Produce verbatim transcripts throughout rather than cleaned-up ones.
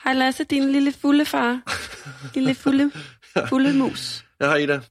Hej Lasse, din lille fulde far. Din lille fulde, fulde mus. Jeg har Ida.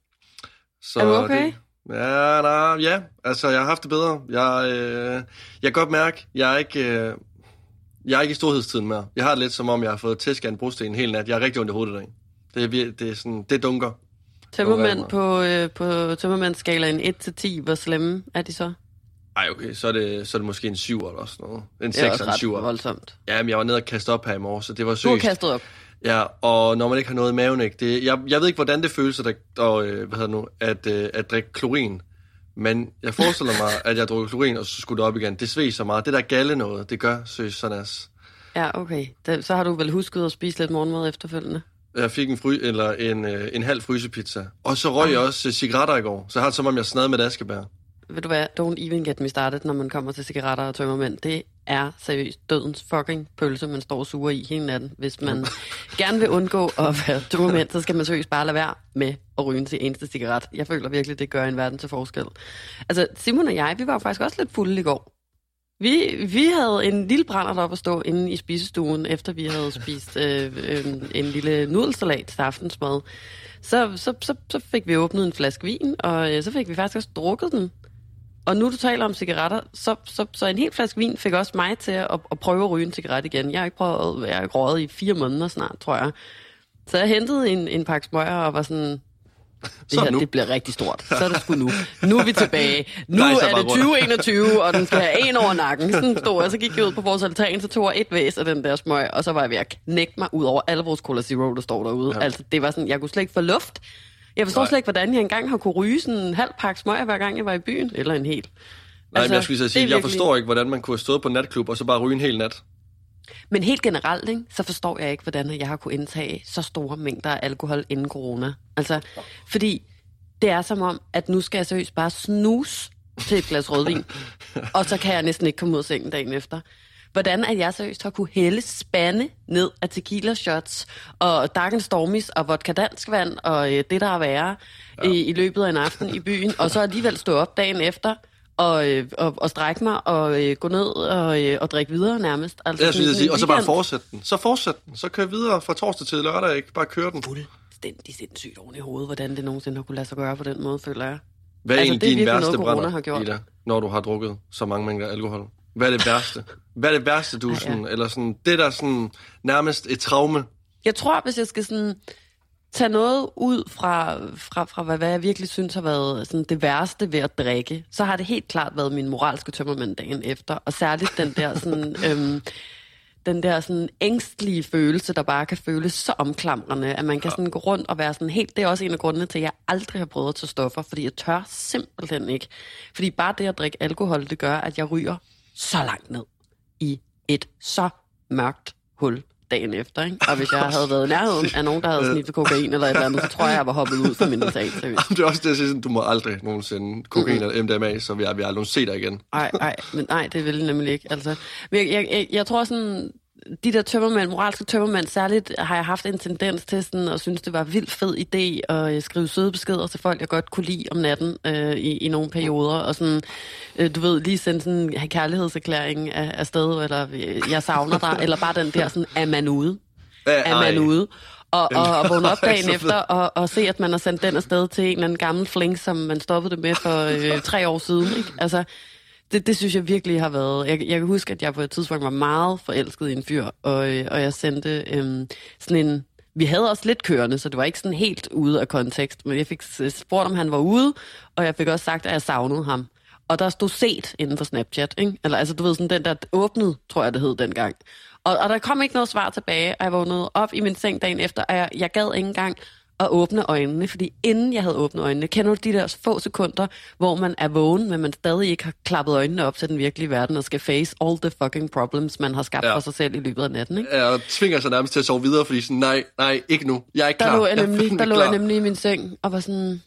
Så er du okay? Det, ja, nej, ja, altså jeg har haft det bedre. Jeg, øh, jeg kan godt mærke, jeg er ikke... Øh, Jeg er ikke i storhedstiden mere. Jeg har det lidt som om, jeg har fået tæsk af en brosten en hel nat. Jeg er rigtig ondt i hovedet i dag. Det er, det er sådan, det dunker. Tømmermænd på, øh, på tømmermændsskalaen et til ti, hvor slemme er de så? Ej, okay, så er det, så er det måske en syv eller sådan noget. En det er seks eller en syv. Det er voldsomt. Ja, men jeg var nede og kaste op her i morges, så det var søgt. Du har kastet op? Ja, og når man ikke har noget i maven, ikke? Det, jeg, jeg ved ikke, hvordan det føles at, og, øh, hvad hedder nu, at, øh, at drikke klorin. Men jeg forestiller mig, at jeg drukker klorin, og så skulle det op igen. Det sved så meget. Det der galle noget, det gør søs sådan as. Ja, okay. Det, så har du vel husket at spise lidt morgenmad efterfølgende? Jeg fik en, fry, eller en, øh, en halv frysepizza. Og så røg jeg også cigaretter i går. Så jeg har det som om, jeg snad med et askebær. Ved du hvad? Don't even get me started, når man kommer til cigaretter og tømmermænd. Det er seriøst dødens fucking pølse, man står og suger i hele natten. Hvis man gerne vil undgå at være tømmermænd, så skal man seriøst bare lade være med at ryge til eneste cigaret. Jeg føler virkelig, det gør en verden til forskel. Altså, Simon og jeg, vi var faktisk også lidt fulde i går. Vi, vi havde en lille brænder deroppe at stå inde i spisestuen, efter vi havde spist øh, øh, en lille nudelsalat til aftensmad. Så, så, så, så fik vi åbnet en flaske vin, og øh, så fik vi faktisk også drukket den. Og nu du taler om cigaretter, så, så, så en hel flaske vin fik også mig til at, at prøve at ryge en cigaret igen. Jeg har ikke prøvet, jeg har ikke røget i fire måneder snart, tror jeg. Så jeg hentede en, en pakke smøger og var sådan... Det her, det bliver rigtig stort. Så er det sgu nu. Nu er vi tilbage. Nu Nej, er det tyve enogtyve, og den skal have en over nakken. Sådan stod jeg. Så gik jeg ud på vores altan, så tog jeg et væs af den der smøg, og så var jeg ved at knække mig ud over alle vores Cola Zero, der står derude. Ja. Altså, det var sådan, jeg kunne slet ikke få luft. Jeg forstår Nej. slet ikke, hvordan jeg engang har kunne ryge sådan en halv pakke smøger, hver gang jeg var i byen. Eller en hel. Nej, altså, men jeg skulle sige, virkelig... jeg forstår ikke, hvordan man kunne have stået på en natklub, og så bare ryge en hel nat. Men helt generelt, ikke, så forstår jeg ikke, hvordan jeg har kunne indtage så store mængder af alkohol inden corona. Altså, fordi det er som om, at nu skal jeg seriøst bare snuse til et glas rødvin, og så kan jeg næsten ikke komme ud af sengen dagen efter. Hvordan at jeg seriøst har kunne hælde spande ned af tequila shots, og Dark and Stormies, og vodka dansk vand, og øh, det der er værre ja. i, i løbet af en aften i byen, og så alligevel stå op dagen efter, Og, øh, og, og strække mig og øh, gå ned og, øh, og drikke videre nærmest. Altså, jeg synes, sige, og så bare fortsætte den. Så fortsæt den. Så kør videre fra torsdag til lørdag, ikke? Bare kør den. Fuldstændig sindssygt oven i hovedet, hvordan det nogensinde har kunne lade sig gøre på den måde, føler jeg. Hvad er altså, egentlig din værste brænder, Ida, når du har drukket så mange mængder alkohol? Hvad er det værste? Hvad er det værste, du ja, ja. sådan, eller sådan, det der sådan nærmest et traume? Jeg tror, hvis jeg skal sådan... tage noget ud fra, fra, fra hvad, hvad jeg virkelig synes har været sådan det værste ved at drikke, så har det helt klart været min moralske tømmermænd dagen efter. Og særligt den der sådan, øhm, den der sådan ængstlige følelse, der bare kan føles så omklamrende, at man kan sådan gå rundt og være sådan helt... Det er også en af grundene til, at jeg aldrig har prøvet at tage stoffer, fordi jeg tør simpelthen ikke. Fordi bare det at drikke alkohol, det gør, at jeg ryger så langt ned i et så mørkt hul dagen efter, ikke? Og hvis jeg havde været i nærheden af nogen, der havde sniffet kokain eller et eller andet, så tror jeg, jeg var hoppet ud fra min etage. Det er også det, jeg siger, du må aldrig nogensinde kokain mm-hmm. eller M D M A, så vi har aldrig se dig igen. Nej, nej, men nej, det vil jeg nemlig ikke. Altså, men jeg, jeg, jeg, jeg tror sådan, de der tømmermænd, moralske tømmermænd, særligt har jeg haft en tendens til sådan, og synes, det var vildt fed idé at skrive søde beskeder til folk, jeg godt kunne lide om natten øh, i, i nogle perioder, og sådan, øh, du ved, lige sende sådan en kærlighedserklæring af, af sted, eller jeg savner dig, eller bare den der sådan, er man ude? Er man ude? Og, og, og vågne op dagen efter, og, og se, at man har sendt den afsted til en eller anden gammel fling, som man stoppede det med for øh, tre år siden, ikke? Altså, Det, det synes jeg virkelig har været... Jeg, jeg kan huske, at jeg på et tidspunkt var meget forelsket i en fyr, og, øh, og jeg sendte øh, sådan en... Vi havde også lidt kørende, så det var ikke sådan helt ude af kontekst, men jeg fik spurgt, om han var ude, og jeg fik også sagt, at jeg savnede ham. Og der stod set inden for Snapchat, ikke? Eller altså, du ved, sådan den der åbnede, tror jeg, det hed dengang. Og, og der kom ikke noget svar tilbage, og jeg vågnede op i min seng dagen efter, og jeg, jeg gad ikke engang at åbne øjnene, fordi inden jeg havde åbnet øjnene, kender du de der få sekunder, hvor man er vågen, men man stadig ikke har klappet øjnene op til den virkelige verden, og skal face all the fucking problems, man har skabt ja. for sig selv i løbet af natten, ikke? Ja, og tvinger sig nærmest til at sove videre, fordi sådan, nej, nej, ikke nu, jeg er ikke der klar. Lå jeg nemlig, jeg der lå klar. jeg nemlig i min seng, og var sådan...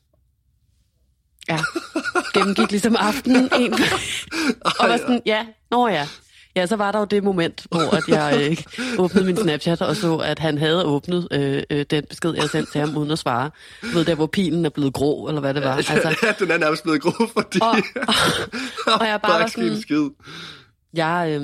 Ja, gennemgik ligesom aftenen en og var sådan, ja, nå ja. Ja, så var der jo det moment, hvor at jeg øh, åbnede min Snapchat og så, at han havde åbnet øh, øh, den besked, jeg sendte til ham, uden at svare. Du ved, der hvor pilen er blevet grå, eller hvad det var. Altså, ja, den er nærmest blevet grå, fordi... Og, og, og jeg bare var sådan... Skid. Jeg, øh,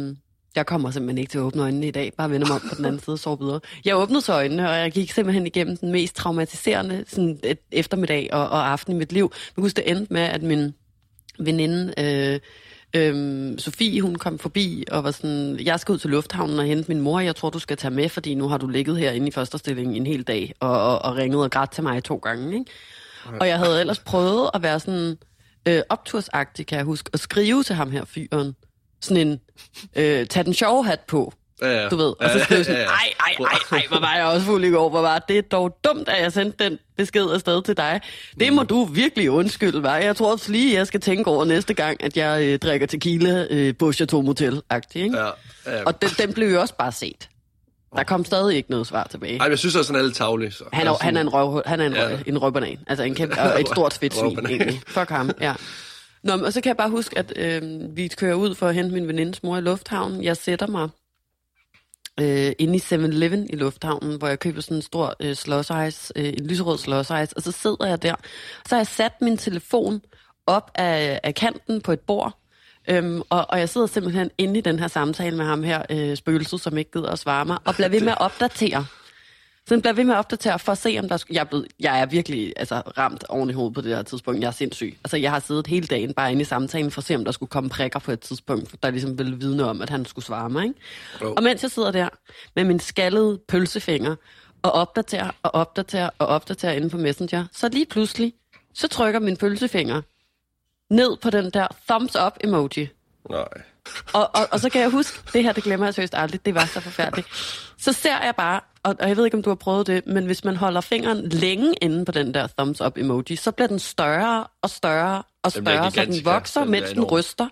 Jeg kommer simpelthen ikke til at åbne øjnene i dag. Bare vende mig om på den anden side og sove videre. Jeg åbnede så øjnene, og jeg gik simpelthen igennem den mest traumatiserende sådan et eftermiddag og, og aften i mit liv. Jeg husker, det endte med, at min veninde øh, øh, Sofie, hun kom forbi og var sådan, jeg skal ud til lufthavnen og hente min mor. Jeg tror, du skal tage med, fordi nu har du ligget herinde i førsterstilling en hel dag og, og, og ringet og grædt til mig to gange. Ikke? Og jeg havde ellers prøvet at være sådan øh, optursagtig, kan jeg huske, og skrive til ham her fyren. Sådan en, øh, tag den sjove hat på, ja, ja. Du ved. Og så skrive sådan, ej, ej, ej, ej, hvor var jeg også fuld i går, hvor var det dog dumt, at jeg sendte den besked afsted til dig. Det må du virkelig undskylde, var. Jeg tror også lige, jeg skal tænke over næste gang, at jeg øh, drikker tequila, øh, på Chateau Motel-agtig, ikke? Ja, ja. Og den, den blev jo også bare set. Der kom stadig ikke noget svar tilbage. Ej, jeg synes også, han er lidt tavlig. Så. Han er, han er en røv, han er en, røv, ja. en røvbanan. Altså en kæmpe, og et stort fedt svin, egentlig. Fuck ham, ja. Nå, og så kan jeg bare huske, at øh, vi kører ud for at hente min venindes mor i lufthavnen. Jeg sætter mig øh, inde i seven eleven i lufthavnen, hvor jeg køber sådan en stor øh, slush-ice, øh, en lyserød slush-ice, og så sidder jeg der. Så har jeg sat min telefon op af, af kanten på et bord, øhm, og, og jeg sidder simpelthen inde i den her samtale med ham her, øh, spøgelset, som ikke gider at svare mig, og bliver ved med at opdatere. Så den bliver ved med at opdatere for at se, om der sk- jeg, er blevet, jeg er virkelig altså, ramt oven i hovedet på det her tidspunkt. Jeg er sindssyg. Altså, jeg har siddet hele dagen bare inde i samtalen for at se, om der skulle komme prikker på et tidspunkt, der ligesom ville vidne om, at han skulle svare mig. Ikke? Oh. Og mens jeg sidder der med min skaldede pølsefinger og opdaterer og opdaterer og opdaterer inde på Messenger, så lige pludselig, så trykker min pølsefinger ned på den der thumbs up emoji. Nej. Og, og, og så kan jeg huske, det her, det glemmer jeg seriøst aldrig, det var så forfærdeligt. Så ser jeg bare, og, og jeg ved ikke, om du har prøvet det, men hvis man holder fingeren længe inde på den der thumbs up emoji, så bliver den større og større og større, så den vokser, den mens den ryster.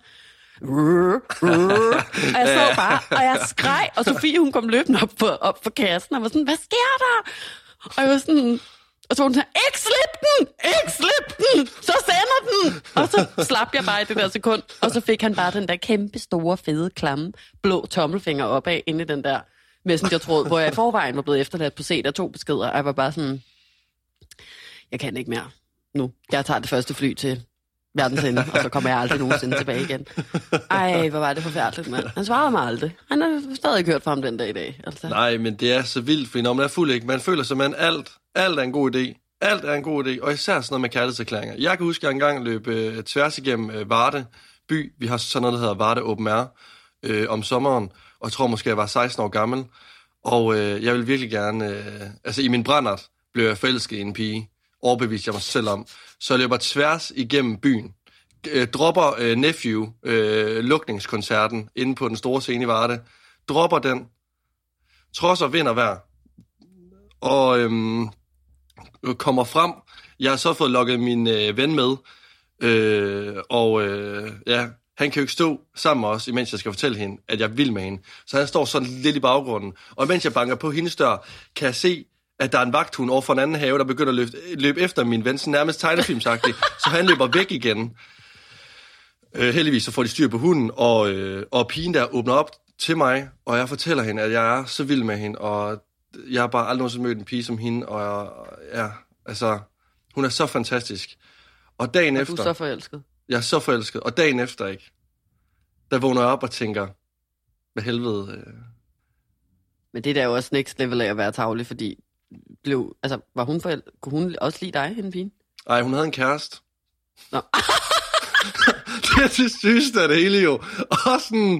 Og jeg så bare, og jeg skreg, og Sofie, hun kom løbende op på, op på kassen, og var sådan, hvad sker der? Og jeg var sådan... Og så var hun sådan, ikke slip den! Ikke slip den! Så sender den! Og så slap jeg bare i det der sekund, og så fik han bare den der kæmpe store, fede, klamme, blå tommelfinger opad inde i den der messenger-tråd, hvor jeg i forvejen var blevet efterladt på set af to beskeder, og jeg var bare sådan, jeg kan ikke mere nu. Jeg tager det første fly til verdens ende, og så kommer jeg aldrig nogensinde tilbage igen. Ej, hvor var det forfærdeligt, mand. Han svarede mig aldrig. Han har stadig ikke hørt fra ham den dag i dag. Altså. Nej, men det er så vildt, fordi når man er fuld, ikke? Man føler sig, man alt, alt er en god idé. Alt er en god idé, og især sådan noget med kærlighedserklæringer. Jeg kan huske, at jeg engang løb øh, tværs igennem øh, Varde by. Vi har sådan noget, der hedder Varde Open Air øh, om sommeren, og jeg tror måske, jeg var seksten år gammel. Og øh, jeg vil virkelig gerne... Øh, altså i min brændert blev jeg forelsket i en pige. Overbeviste jeg mig selv om. Så jeg løber tværs igennem byen. Øh, dropper øh, Nephew øh, lukningskoncerten inde på den store scene i Varde. Dropper den. Trodser vinder hver. Og... Øh, kommer frem. Jeg har så fået lukket min øh, ven med, øh, og øh, ja, han kan jo ikke stå sammen med os, imens jeg skal fortælle hende, at jeg vil med hende. Så han står sådan lidt i baggrunden. Og mens jeg banker på hendes dør, kan jeg se, at der er en vagthund over for en anden have, der begynder at løbe, løbe efter min ven, så nærmest tegnefilmsagtigt. Så han løber væk igen. Øh, heldigvis så får de styr på hunden, og, øh, og pigen der åbner op til mig, og jeg fortæller hende, at jeg er så vild med hende, og jeg har bare aldrig nogensinde mødt en pige som hende, og jeg, ja, altså, hun er så fantastisk. Og dagen og efter... du er så forelsket? Jeg er så forelsket, og dagen efter, ikke? Der vågner jeg op og tænker, hvad helvede... Øh... Men det er da jo også next level af at være tavlig, fordi blev, altså, var hun forelsket? Kunne hun også lide dig, hende pigen? Nej, hun havde en kæreste. Nå. Det er det sygeste af det hele jo. Og sådan...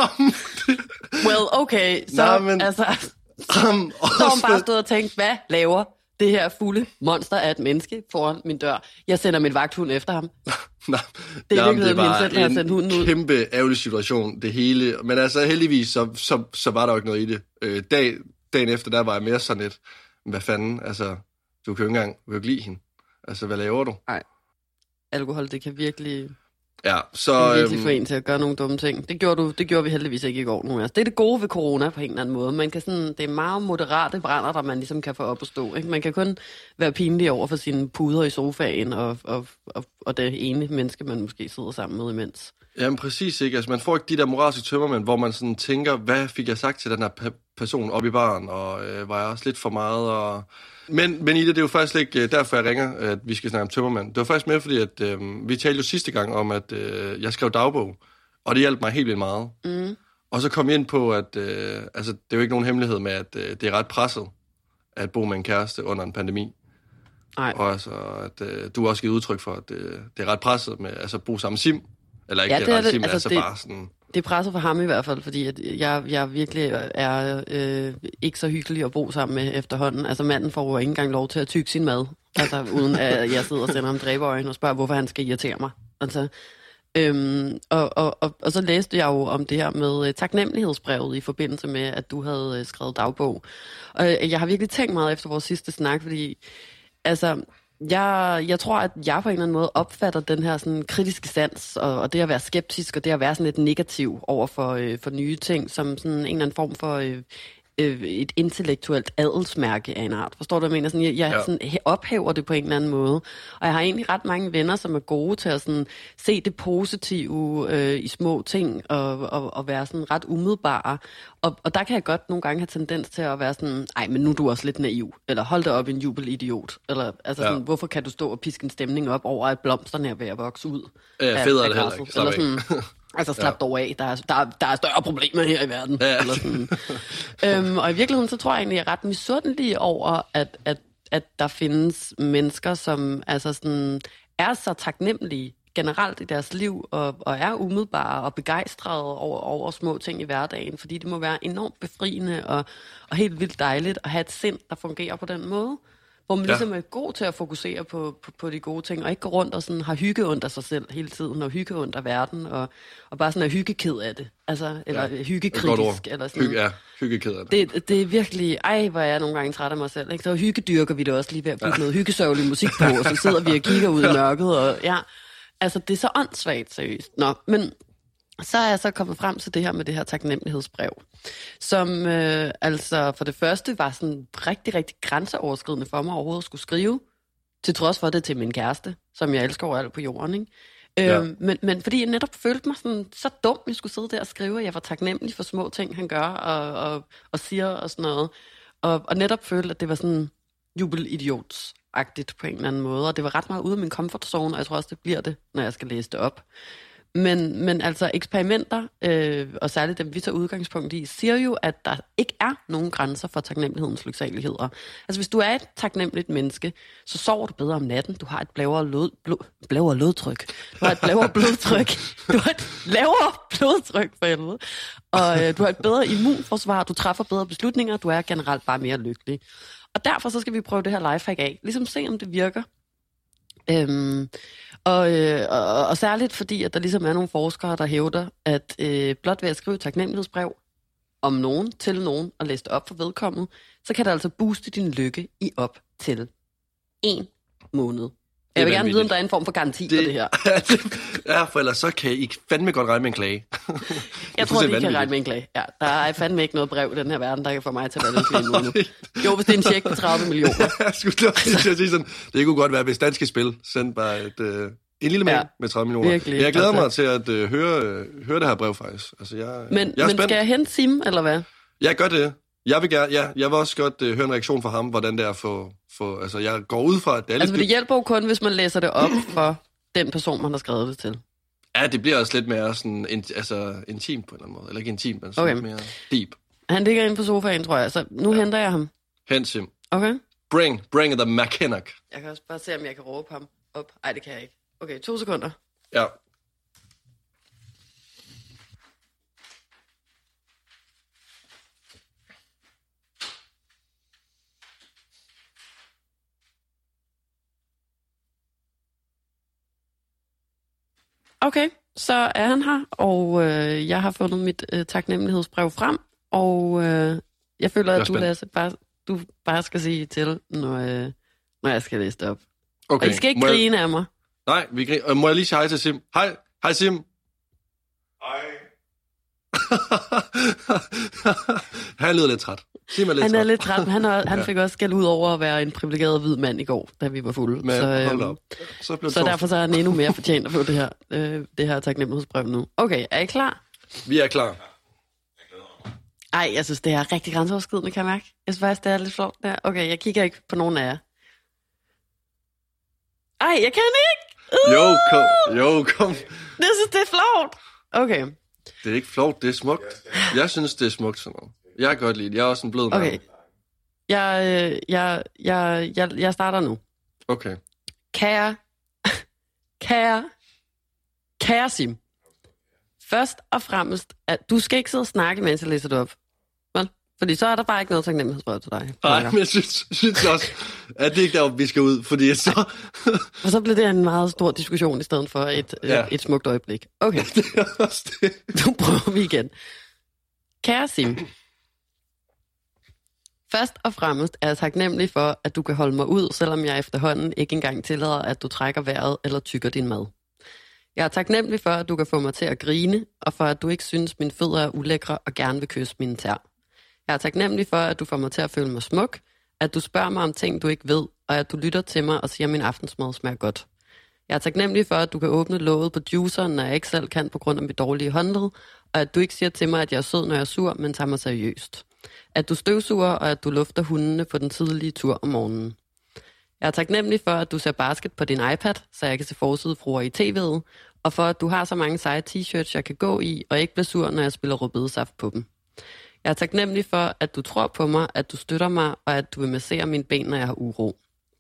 Well, okay, så Nå, men... altså... Um, så hun bare stod og tænkte, hvad laver det her fulde monster af et menneske foran min dør? Jeg sender min vagthund efter ham. Nej, det er jamen, det var en kæmpe ærgerlig situation, det hele. Men altså heldigvis, så, så, så var der jo ikke noget i det. Øh, dag, dagen efter, der var jeg mere sådan lidt, hvad fanden, altså, du kan jo ikke engang du kan jo ikke lide hende. Altså, hvad laver du? Nej, alkohol, det kan virkelig... Ja, så... Det er virkelig for en til at gøre nogle dumme ting. Det gjorde, du, det gjorde vi heldigvis ikke i går nu. Det er det gode ved corona på en eller anden måde. Man kan sådan, det er meget moderate brænder, der man ligesom kan få op at stå. Ikke? Man kan kun være pinlig over for sine puder i sofaen og, og, og, og det ene menneske, man måske sidder sammen med imens. Jamen præcis, ikke? Altså, man får ikke de der moralske tømmermænd, hvor man sådan tænker, hvad fik jeg sagt til den her pe- person op i baren, og øh, var jeg også lidt for meget, og... Men, men Ida, det er jo faktisk ikke derfor, jeg ringer, at vi skal snakke om tømmermand. Det var faktisk mere fordi, at øh, vi talte jo sidste gang om, at øh, jeg skrev dagbog, og det hjalp mig helt vildt meget. Mm. Og så kom jeg ind på, at øh, altså, det er jo ikke nogen hemmelighed med, at øh, det er ret presset at bo med en kæreste under en pandemi. Nej. Og altså, at øh, du har også givet udtryk for, at øh, det er ret presset med altså, at bo sammen med Sim. Eller ikke Ja, det det er ret det. Sim, Altså, altså det- bare sådan... Det er presset for ham i hvert fald, fordi at jeg, jeg virkelig er øh, ikke så hyggelig at bo sammen med efterhånden. Altså manden får jo ikke engang lov til at tygge sin mad, altså uden at jeg sidder og sender ham dræberøjne og spørger, hvorfor han skal irritere mig. Altså, øhm, og, og, og, og så læste jeg jo om det her med øh, taknemmelighedsbrevet i forbindelse med, at du havde øh, skrevet dagbog. Og øh, jeg har virkelig tænkt meget efter vores sidste snak, fordi altså... Jeg, jeg tror, at jeg på en eller anden måde opfatter den her sådan, kritiske sans, og, og det at være skeptisk, og det at være sådan lidt negativ over for, øh, for nye ting, som sådan en eller anden form for øh, øh, et intellektuelt adelsmærke af en art. Forstår du, hvad jeg mener? Sådan, jeg jeg Ja. sådan, he- ophæver det på en eller anden måde. Og jeg har egentlig ret mange venner, som er gode til at sådan, se det positive øh, i små ting, og, og, og være sådan ret umiddelbare. Og, og der kan jeg godt nogle gange have tendens til at være sådan, ej, men nu er du også lidt naiv. Eller hold dig op, en jubelidiot. Eller altså Ja. sådan, hvorfor kan du stå og piske en stemning op over, at blomsterne er ved at vokse ud? Ja, af- federe af er det heller græsset? ikke. Slap Eller sådan, altså slap Ja. dog af, der er, der, er, der er større problemer her i verden. Ja. Eller sådan. øhm, og i virkeligheden, så tror jeg egentlig, at jeg er ret misundelig over, at, at, at der findes mennesker, som altså sådan, er så taknemmelige generelt i deres liv, og, og er umiddelbare og begejstrede over, over små ting i hverdagen, fordi det må være enormt befriende og, og helt vildt dejligt at have et sind, der fungerer på den måde, hvor man Ja. ligesom er god til at fokusere på, på, på de gode ting, og ikke gå rundt og sådan har hygge under sig selv hele tiden, og hygge under verden, og, og bare sådan er hyggeked af det, altså, eller Ja, ja, det er et godt hyggekritisk, ord. eller sådan. Hygge, ja, hyggeked af det. Det, det er virkelig, ej, hvor er jeg nogle gange træt af mig selv. Ikke? Så hyggedyrker vi det også lige ved at putte ja. noget hyggesørgelig musik på, og så sidder vi og kigger ud i mørket, og ja, altså det er så åndssvagt seriøst. Nå, men så er jeg så kommet frem til det her med det her taknemmelighedsbrev, som øh, altså for det første var sådan rigtig, rigtig grænseoverskridende for mig overhovedet at skulle skrive, til trods for det til min kæreste, som jeg elsker overalt på jorden, ikke? Ja. Øhm, men, men fordi jeg netop følte mig sådan, så dum, jeg skulle sidde der og skrive, at jeg var taknemmelig for små ting, han gør og, og, og siger og sådan noget. Og, og netop følte, at det var sådan jubelidiots-agtigt på en eller anden måde. Og det var ret meget ude af min comfort zone, og jeg tror også, det bliver det, når jeg skal læse det op. Men, men altså eksperimenter, øh, og særligt dem vi tager udgangspunkt i, siger jo, at der ikke er nogen grænser for taknemmelighedens lyksaligheder. Altså hvis du er et taknemmeligt menneske, så sover du bedre om natten, du har et lavere, lod, blod, lavere blodtryk, du har et lavere blodtryk, du har et lavere blodtryk for helvede, og øh, du har et bedre immunforsvar, du træffer bedre beslutninger, du er generelt bare mere lykkelig. Og derfor så skal vi prøve det her lifehack af, ligesom se om det virker. Øhm, og, øh, og, og særligt fordi, at der ligesom er nogle forskere, der hævder, at øh, blot ved at skrive et taknemmelighedsbrev om nogen til nogen og læse det op for vedkommende, så kan det altså booste din lykke i op til en måned. Jeg vil gerne vide, om der er en form for garanti det, for det her. Ja, for ellers så kan I fandme godt regne med en klage. Jeg tror, de kan regne med en klage. Ja, der er fandme ikke noget brev i den her verden, der kan få mig til at være lykkelig en måned. Jo, hvis det er en check på tredive millioner. Jeg skulle nok til at sige sådan, det kunne godt være, hvis Danske Spil sendte bare et, øh, en lille mail ja, med tredive millioner. Virkelig, jeg glæder altså. mig til at øh, høre, øh, høre det her brev faktisk. Altså, jeg, men jeg er men skal jeg hente Sim, eller hvad? Jeg gør det. Jeg vil, gerne, ja, jeg vil også godt øh, høre en reaktion fra ham, hvordan det er for... for altså, jeg går ud fra, at det er altså, lidt... det hjælper jo kun, hvis man læser det op for den person, man har skrevet det til. Ja, det bliver også lidt mere sådan, in, altså, intimt på en eller anden måde. Eller ikke intimt, men sådan okay. lidt mere deep. Han ligger inde på sofaen, tror jeg. Så nu ja. henter jeg ham. Hent Sim. Okay. Bring, bring the McKinnock. Jeg kan også bare se, om jeg kan råbe ham op. Ej, det kan jeg ikke. Okay, to sekunder. Ja. Okay, så er han her, og øh, jeg har fundet mit øh, taknemmelighedsbrev frem, og øh, jeg føler, at du, Lasse, bare, du bare skal sige til, når, øh, når jeg skal læse det op. Okay. Og I skal ikke må grine jeg... af mig. Nej, vi griner. Må jeg lige sige hej til Sim? Hej, hej Sim. Hej. Han lyder lidt træt. Sim er lidt han træt. er lidt træt, men han, har, han fik også skæld ud over at være en privilegeret hvid mand i går, da vi var fulde. Men, så øh, så, så derfor så er han endnu mere fortjent at få det her, øh, det her taknemmelighedsbrev nu. Okay, er I klar? Vi er klar. Ej, jeg synes, det er rigtig grænseoverskridende, kan jeg mærke. Jeg synes faktisk, det er lidt flot der. Okay, jeg kigger ikke på nogen af jer. Ej, jeg kan ikke! Uh! Jo, kom. Jo, kom. Det synes, det er flot. Okay, Det er ikke flovt, det er smukt. Jeg synes, det er smukt sådan noget. Jeg kan godt lide det. Jeg er også en blød mand. Okay. Jeg, øh, jeg, jeg, jeg, jeg starter nu. Okay. Kære, kære, kære Sim. Først og fremmest, at du skal ikke sidde og snakke, mens jeg læser det op. Vel? Fordi så er der bare ikke noget taknemmelighedsbrev til dig. Nej, men jeg synes, synes også, at det ikke er der, vi skal ud, fordi så... Og så bliver det en meget stor diskussion i stedet for et, ja. et smukt øjeblik. Okay. Det er også det. Nu prøver vi igen. Kære Sim. Først og fremmest er jeg taknemmelig for, at du kan holde mig ud, selvom jeg efterhånden ikke engang tillader, at du trækker vejret eller tykker din mad. Jeg er taknemmelig for, at du kan få mig til at grine, og for, at du ikke synes, mine fødder er ulækre og gerne vil kysse mine tær. Jeg er taknemmelig for, at du får mig til at føle mig smuk, at du spørger mig om ting, du ikke ved, og at du lytter til mig og siger, at min aftensmad smager godt. Jeg er taknemmelig for, at du kan åbne låget på juiceren, når jeg ikke selv kan på grund af mit dårlige håndled, og at du ikke siger til mig, at jeg er sød, når jeg er sur, men tager mig seriøst. At du støvsuger, og at du lufter hundene på den tidlige tur om morgenen. Jeg er taknemmelig for, at du ser basket på din iPad, så jeg kan se forsidefruer i tv'et, og for, at du har så mange seje t-shirts, jeg kan gå i, og ikke bliver sur, når jeg spiller rødbedesaft på dem. Jeg er taknemmelig for, at du tror på mig, at du støtter mig, og at du vil massere mine ben, når jeg har uro.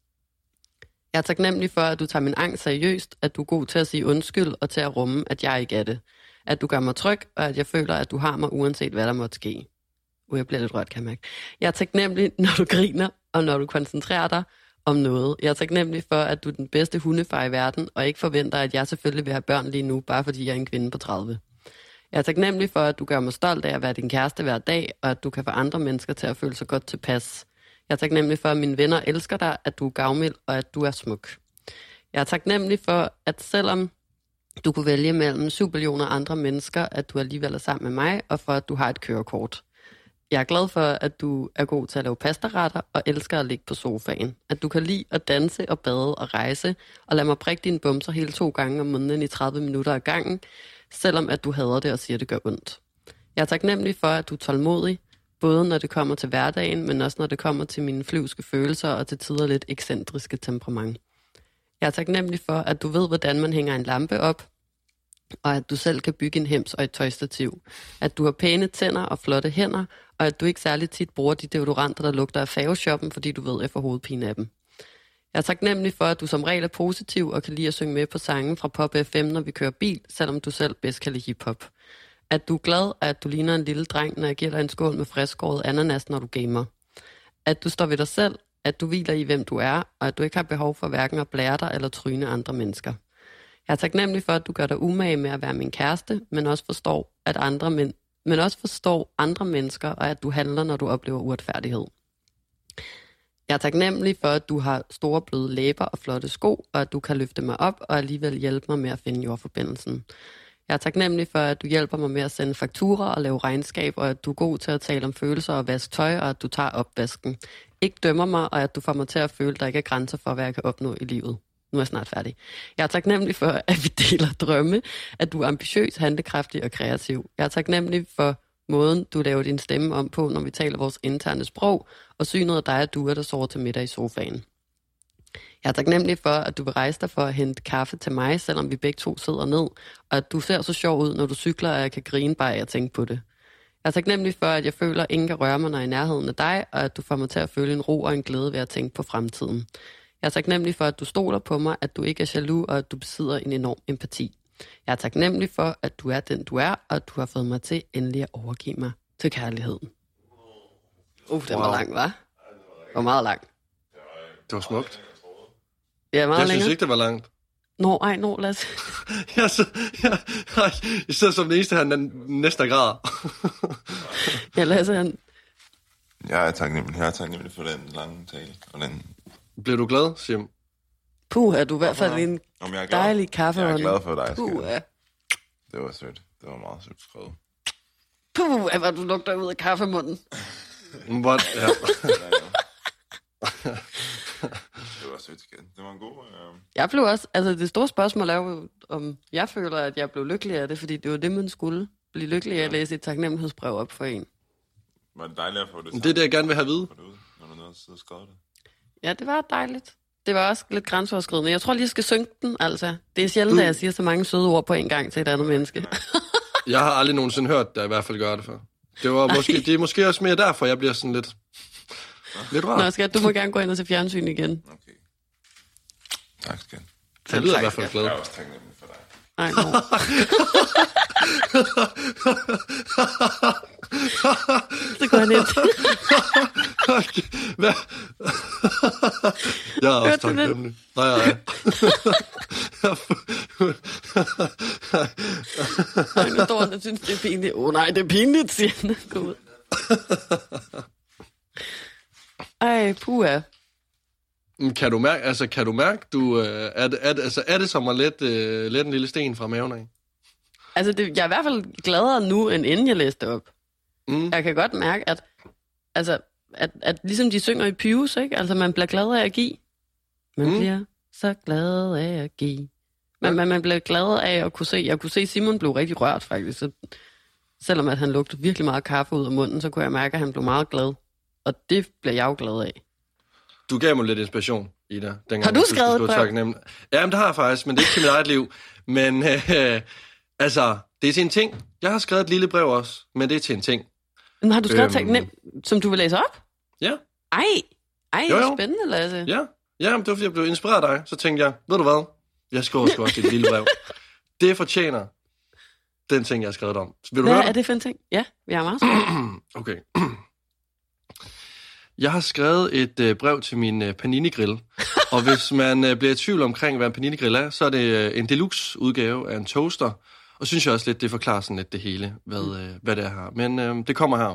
Jeg er taknemmelig for, at du tager min angst seriøst, at du er god til at sige undskyld og til at rumme, at jeg ikke er det. At du gør mig tryg, og at jeg føler, at du har mig, uanset hvad der måtte ske. Uh, jeg bliver lidt rørt, kan jeg mærke. Jeg er taknemmelig, når du griner, og når du koncentrerer dig om noget. Jeg er taknemmelig for, at du er den bedste hundefar i verden, og ikke forventer, at jeg selvfølgelig vil have børn lige nu, bare fordi jeg er en kvinde på tredive. Jeg er taknemmelig for, at du gør mig stolt af at være din kæreste hver dag, og at du kan få andre mennesker til at føle sig godt tilpas. Jeg er taknemmelig for, at mine venner elsker dig, at du er gavmild, og at du er smuk. Jeg er taknemmelig for, at selvom du kunne vælge mellem syv billioner andre mennesker, at du alligevel er sammen med mig, og for, at du har et kørekort. Jeg er glad for, at du er god til at lave pastaretter og elsker at ligge på sofaen. At du kan lide at danse og bade og rejse, og lade mig prikke dine bumser hele to gange om måneden i tredive minutter ad gangen, selvom at du hader det og siger, at det gør ondt. Jeg er taknemmelig for, at du er tålmodig, både når det kommer til hverdagen, men også når det kommer til mine flyvske følelser og til tider lidt ekscentriske temperament. Jeg er taknemmelig for, at du ved, hvordan man hænger en lampe op, og at du selv kan bygge en hems og et tøjstativ. At du har pæne tænder og flotte hænder, og at du ikke særlig tit bruger de deodoranter, der lugter af Fave-shoppen, fordi du ved, at jeg får hovedpine af dem. Jeg er taknemmelig for, at du som regel er positiv og kan lide at synge med på sangen fra Pop F M, når vi kører bil, selvom du selv bedst kan lide hiphop. At du er glad, og at du ligner en lille dreng, når jeg giver dig en skål med friskåret ananas, når du gamer. At du står ved dig selv, at du hviler i, hvem du er, og at du ikke har behov for hverken at blære dig eller tryne andre mennesker. Jeg er taknemmelig for, at du gør dig umage med at være min kæreste, men også forstår, at andre, men, men også forstår andre mennesker, og at du handler, når du oplever uretfærdighed. Jeg er taknemmelig for, at du har store bløde læber og flotte sko, og at du kan løfte mig op og alligevel hjælpe mig med at finde jordforbindelsen. Jeg er taknemmelig for, at du hjælper mig med at sende fakturer og lave regnskab, og at du er god til at tale om følelser og vaske tøj, og at du tager opvasken. Ikke dømmer mig, og at du får mig til at føle, at der ikke er grænser for, hvad jeg kan opnå i livet. Nu er jeg snart færdig. Jeg er taknemmelig for, at vi deler drømme, at du er ambitiøs, handlekraftig og kreativ. Jeg er taknemmelig for måden, du laver din stemme om på, når vi taler vores interne sprog, og synet af dig og du er, der sover til middag i sofaen. Jeg er taknemmelig for, at du vil rejse dig for at hente kaffe til mig, selvom vi begge to sidder ned, og at du ser så sjov ud, når du cykler, og jeg kan grine bare af at tænke på det. Jeg er taknemmelig for, at jeg føler, at ingen kan røre mig, når jeg er i nærheden af dig, og at du får mig til at føle en ro og en glæde ved at tænke på fremtiden. Jeg er taknemmelig for, at du stoler på mig, at du ikke er jaloux, og at du besidder en enorm empati. Jeg er taknemmelig for, at du er den, du er, og at du har fået mig til endelig at overgive mig til kærligheden. Uh, den wow. var lang, hva'? Det var meget lang. Det var smukt. Ja, meget jeg længere. synes ikke, det var langt. Nå, ej, nå, lad os... jeg, så, jeg, jeg sidder som den eneste her næste grad. ja, lad os han... Jeg er taknemmelig. Jeg er taknemmelig for den lange tale. Og den... Bliver du glad, Sim? Puh, er du i hvert fald en dejlig kaffe. Jeg er glad for dig, Puh, ja. Det var sødt. Det var meget sødt skrevet. Puh, hvor du lugter ud af kaffemunden. What? Ja. Det var sødt igen. Det var en god... Øh... Jeg blev også... Altså, det store spørgsmål er jo, om jeg føler, at jeg blev lykkelig af det, fordi det var det, man skulle. Blive lykkelig af at læse et taknemmelighedsbrev op for en. Var det dejligt at få det? Det er det, jeg gerne vil have at vide. Når du nåede at skrive det. Ja, det var dejligt. Det var også lidt grænseoverskridende. Jeg tror lige, jeg skal synge den, altså. Det er sjældent, at jeg siger så mange søde ord på en gang til et andet menneske. Jeg har aldrig nogensinde hørt dig i hvert fald gøre det før. Det, var måske, det er måske også mere derfor, jeg bliver sådan lidt, lidt rar. Nå, skat, du må gerne gå ind og se fjernsyn igen. Okay. Tak, skat. Det lyder i hvert fald glad. Jeg er også taknemmelig for dig. Ej, no. Så går han ind. Hvad? Jeg er også taknemmelig. Nej, nej. Ej, nu står han og synes, det er pinligt. Åh oh, nej, det er pinligt, siger han. Gå ud. Ej, puha. Kan du mærke, altså kan du mærke, du, øh, er, det, er, det, altså, er det som at lette, øh, lette en lille sten fra maven af? Altså, det, jeg er i hvert fald gladere nu, end inden jeg læste op. Mm. Jeg kan godt mærke, at, altså, at, at ligesom de synger i Pius, ikke? Altså, man bliver glad af at give. Man mm. bliver så glad af at give. Men man, man bliver glad af at kunne se. Jeg kunne se, at Simon blev rigtig rørt, faktisk. Så, selvom at han lugtede virkelig meget kaffe ud af munden, så kunne jeg mærke, at han blev meget glad. Og det bliver jeg jo glad af. Du gav mig lidt inspiration, Ida. Dengang, har du skrevet et brev? Jamen, det har jeg faktisk, men det er ikke til mit eget liv. Men øh, altså, det er til en ting. Jeg har skrevet et lille brev også, men det er til en ting. Men har du skrevet øhm, ting, som du vil læse op? Ja. Ej, ej, jo, jo. Spændende, Lasse. Ja, ja, men det var fordi, jeg blev inspireret af dig. Så tænkte jeg, ved du hvad? Jeg skriver sgu også et lille brev. Det fortjener den ting, jeg har skrevet om. Vil du Hvad høre er det for en ting? Ja, jeg er meget spændende. Okay. Jeg har skrevet et øh, brev til min øh, Panini-grill, og hvis man øh, bliver i tvivl omkring, hvad en Panini-grill er, så er det øh, en deluxe-udgave af en toaster, og synes jeg også lidt, det forklarer sådan lidt det hele, hvad, øh, hvad det er her. Men øh, det kommer her.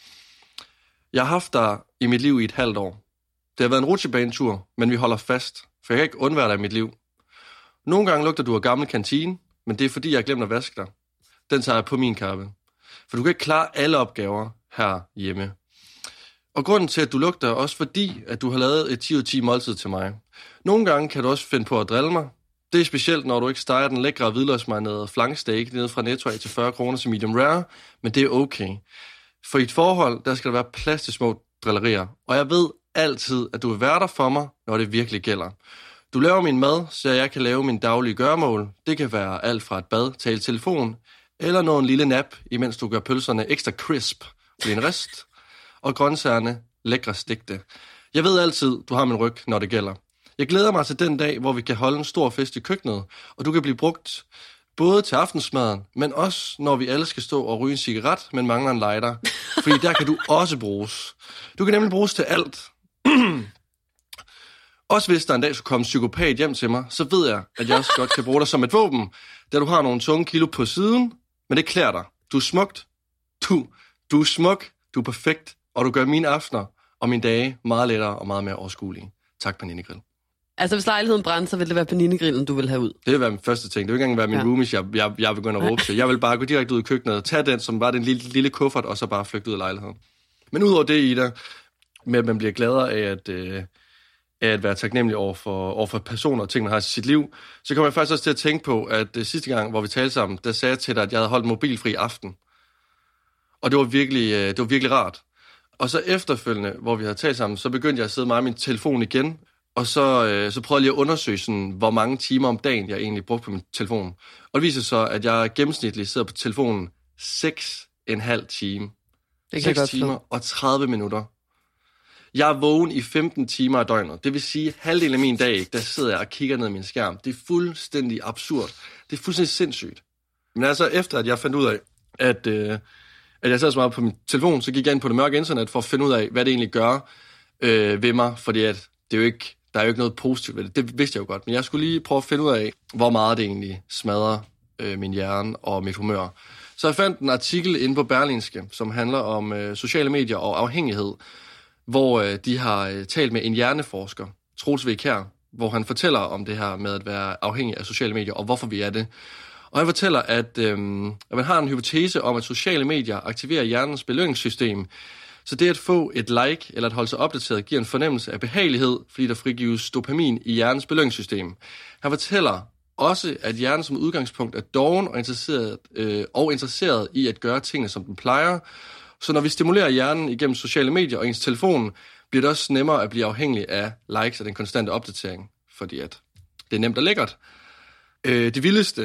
Jeg har haft dig i mit liv i et halvt år. Det har været en rutsjebanetur, men vi holder fast, for jeg kan ikke undvære dig i mit liv. Nogle gange lugter du af gammel kantine, men det er fordi, jeg har glemt at vaske dig. Den tager jeg på min kappe. For du kan ikke klare alle opgaver her hjemme. Og grunden til, at du lugter, er også fordi, at du har lavet et ti ud af ti måltid til mig. Nogle gange kan du også finde på at drille mig. Det er specielt, når du ikke steger den lækre hvidløgsmarinerede flanksteak nede fra Netto af til fyrre kroner til medium rare, men det er okay. For i et forhold, der skal der være plads til små drillerier. Og jeg ved altid, at du vil være der for mig, når det virkelig gælder. Du laver min mad, så jeg kan lave min daglige gøremål. Det kan være alt fra et bad, tale telefon, eller nå en lille nap, imens du gør pølserne ekstra crisp på din rest, og grøntsagerne lækre stegte. Jeg ved altid, du har min ryg, når det gælder. Jeg glæder mig til den dag, hvor vi kan holde en stor fest i køkkenet, og du kan blive brugt både til aftensmaden, men også når vi alle skal stå og ryge en cigaret, men mangler en lighter. Fordi der kan du også bruges. Du kan nemlig bruges til alt. Også hvis der en dag skulle komme en psykopat hjem til mig, så ved jeg, at jeg også godt kan bruge dig som et våben, da du har nogle tunge kilo på siden, men det klæder dig. Du er smukt. Du, du er smuk. Du er perfekt. Og du gør mine aftener og mine dage meget lettere og meget mere overskuelige. Tak, Panini-grill. Altså, hvis lejligheden brænder, så vil det være Panini-grillen, du vil have ud? Det vil være min første ting. Det vil ikke engang være min ja. roomies, jeg, jeg, jeg vil gå ind og råbe til. Jeg vil bare gå direkte ud i køkkenet, tage den, som var den lille, lille kuffert, og så bare flygte ud af lejligheden. Men udover det, Ida, med at man bliver gladere af at, øh, af at være taknemmelig over for, over for personer og ting, man har i sit liv, så kommer jeg faktisk også til at tænke på, at øh, sidste gang, hvor vi talte sammen, der sagde jeg til dig, at jeg havde holdt mobilfri aften. Og det var virkelig, øh, det var virkelig rart. Og så efterfølgende, hvor vi havde talt sammen, så begyndte jeg at sidde meget med min telefon igen, og så, øh, så prøvede jeg lige at undersøge, sådan, hvor mange timer om dagen, jeg egentlig brugte på min telefon. Og det viser så, at jeg gennemsnitligt sidder på telefonen seks og en halv time. seks timer og tredive minutter. Jeg er vågen i femten timer af døgnet. Det vil sige, halvdelen af min dag, der sidder jeg og kigger ned i min skærm. Det er fuldstændig absurd. Det er fuldstændig sindssygt. Men altså, efter at jeg fandt ud af, at... Øh, at jeg sad så meget på min telefon, så gik jeg ind på det mørke internet for at finde ud af, hvad det egentlig gør øh, ved mig, fordi at det er jo ikke, der er jo ikke noget positivt ved det. Det vidste jeg jo godt, men jeg skulle lige prøve at finde ud af, hvor meget det egentlig smadrer øh, min hjerne og mit humør. Så jeg fandt en artikel inde på Berlingske, som handler om øh, sociale medier og afhængighed, hvor øh, de har øh, talt med en hjerneforsker, Troels V. Kjær, hvor han fortæller om det her med at være afhængig af sociale medier, og hvorfor vi er det. Og han fortæller, at, øhm, at man har en hypotese om, at sociale medier aktiverer hjernens belønningssystem. Så det at få et like eller at holde sig opdateret giver en fornemmelse af behagelighed, fordi der frigives dopamin i hjernens belønningssystem. Han fortæller også, at hjernen som udgangspunkt er doven og interesseret, øh, og interesseret i at gøre tingene, som den plejer. Så når vi stimulerer hjernen igennem sociale medier og ens telefon, bliver det også nemmere at blive afhængig af likes og den konstante opdatering, fordi at det er nemt og lækkert. Øh, det vildeste,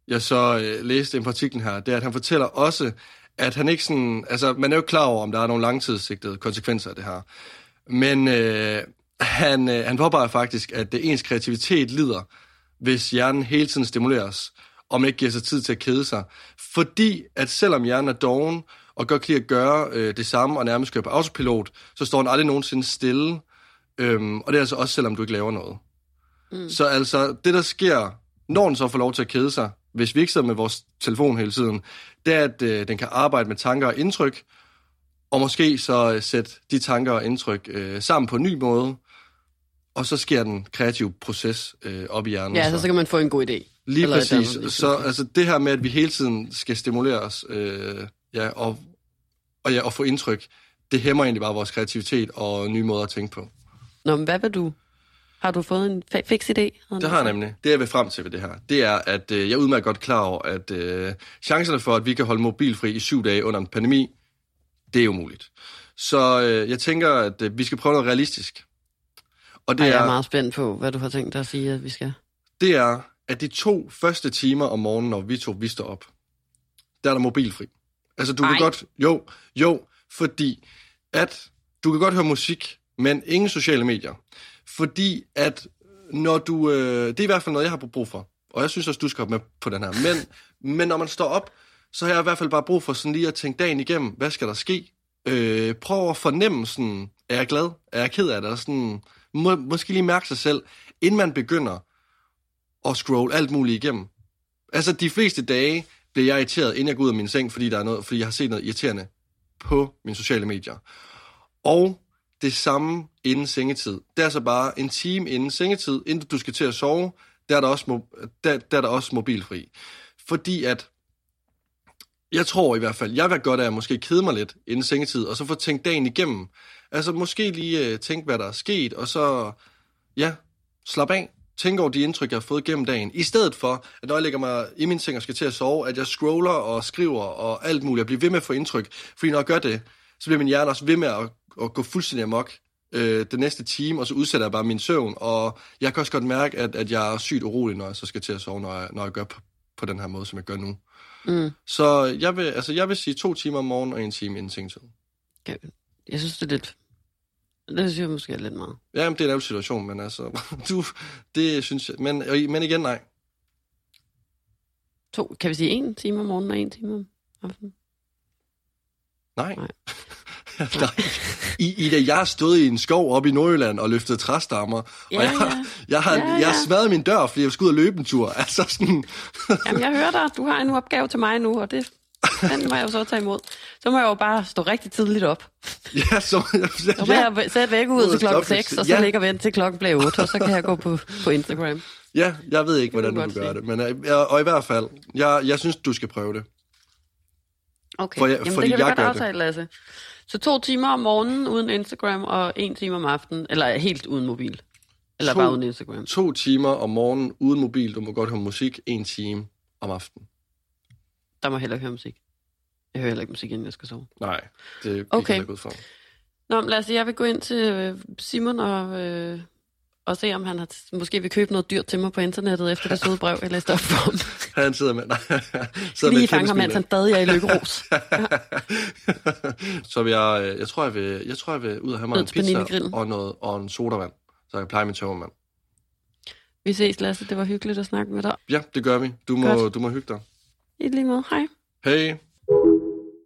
jeg så øh, læste på artiklen her, det er, at han fortæller også, at han ikke sådan... Altså, man er jo klar over, om der er nogle langtidssigtede konsekvenser af det her. Men øh, han, øh, han påpeger faktisk, at det ens kreativitet lider, hvis hjernen hele tiden stimuleres, og man ikke giver sig tid til at kede sig. Fordi, at selvom hjernen er doven, og godt kan lide at gøre øh, det samme, og nærmest kører på autopilot, så står den aldrig nogensinde stille. Øhm, og det er altså også, selvom du ikke laver noget. Mm. Så altså, det der sker, når den så får lov til at kede sig, hvis vi ikke sidder med vores telefon hele tiden, det er, at øh, den kan arbejde med tanker og indtryk, og måske så øh, sætte de tanker og indtryk øh, sammen på en ny måde, og så sker den kreative proces øh, op i hjernen. Ja, så, så kan man få en god idé. Lige Eller præcis. Andet, så altså, det her med, at vi hele tiden skal stimuleres øh, ja, og, og, ja, og få indtryk, det hæmmer egentlig bare vores kreativitet og nye måder at tænke på. Nå, men hvad vil du? Har du fået en fix idé? Det har jeg nemlig. Det jeg vil frem til ved det her, det er, at øh, jeg er udmærket godt klar over, at øh, chancerne for, at vi kan holde mobilfri i syv dage under en pandemi, det er umuligt. Så øh, jeg tænker, at øh, vi skal prøve noget realistisk. Og det Ej, er, jeg er meget spændt på, hvad du har tænkt dig at sige, at vi skal. Det er, at de to første timer om morgenen, når vi to vi står op, der er der mobilfri. Altså, du Ej. kan godt... Jo, jo, fordi at du kan godt høre musik, men ingen sociale medier. Fordi at når du... Øh, det er i hvert fald noget, jeg har brug for. Og jeg synes også, du skal hoppe med på den her. Men, men når man står op, så har jeg i hvert fald bare brug for sådan lige at tænke dagen igennem. Hvad skal der ske? Øh, prøv at fornemme sådan... Er jeg glad? Er jeg ked af det? Og sådan, må, måske lige mærke sig selv, inden man begynder at scrolle alt muligt igennem. Altså, de fleste dage bliver jeg irriteret, inden jeg går ud af min seng, fordi, der er noget, fordi jeg har set noget irriterende på mine sociale medier. Og det samme inden sengetid. Det er altså bare en time inden sengetid, inden du skal til at sove, der er der også, mo- der, der er der også mobilfri. Fordi at, jeg tror i hvert fald, jeg vil godt af at måske kede mig lidt inden sengetid, og så få tænkt dagen igennem. Altså måske lige uh, tænke, hvad der er sket, og så, ja, slap af. Tænk over de indtryk, jeg har fået gennem dagen. I stedet for, at når jeg lægger mig i min seng og skal til at sove, at jeg scroller og skriver og alt muligt. Jeg bliver ved med at få indtryk. Fordi når jeg gør det, så bliver min hjerne også ved med at, at gå fuldstændig amok øh, den næste time, og så udsætter jeg bare min søvn. Og jeg kan også godt mærke, at, at jeg er sygt urolig, når jeg så skal til at sove, når jeg, når jeg gør på, på den her måde, som jeg gør nu. Mm. Så jeg vil, altså, jeg vil sige to timer om morgenen og en time inden sengetid. Okay. Jeg synes, det er lidt... Det synes jeg måske er lidt meget. Ja, men det er en ærgerlig situation, men altså... du, det synes jeg... Men, men igen, nej. To, kan vi sige en time om morgenen og en time om aftenen? Nej. Nej. Nej. I, I da jeg stod i en skov oppe i Nordjylland og løftede træstammer, ja, og jeg, ja. jeg har ja, ja. jeg smadret min dør, fordi jeg skulle ud og løbe en tur. Altså sådan... Jamen, jeg hører dig. Du har en opgave til mig nu, og det... Den må jeg jo så tage imod. Så må jeg jo bare stå rigtig tidligt op. Ja, så, ja, så må ja. jeg sætte væk ud til klokken seks, og så ja. ligger vente til klokken bliver otte, og så kan jeg gå på, på Instagram. Ja, jeg ved ikke, hvordan du vil gøre det. Men, jeg, og i hvert fald, jeg, jeg synes, du skal prøve det. Okay, for jeg, jamen fordi det kan vi jeg godt aftale, Lasse. Så to timer om morgenen uden Instagram, og en time om aftenen, eller helt uden mobil. Eller to, bare uden Instagram. To timer om morgenen uden mobil, du må godt høre musik, en time om aftenen. Der må heller ikke høre musik. Jeg hører heller ikke musik, inden jeg skal sove. Nej, det okay. kan jeg ikke ud for. Nå, lad os sige, jeg vil gå ind til Simon og, øh, og se, om han har t- måske vil købe noget dyrt til mig på internettet, efter det søde brev, jeg læste op for ham. Han sidder med... Nej, sidder lige fanger ham, mens han stadig er i lykkeros. Ja. Så vil jeg, jeg tror, jeg vil, jeg tror, jeg vil ud og have mig en pizza og, noget, og en sodavand, så jeg kan pleje min tømmermand. Vi ses, Lasse. Det var hyggeligt at snakke med dig. Ja, det gør vi. Du må, du må hygge dig. I lige måde. Hej. Hej.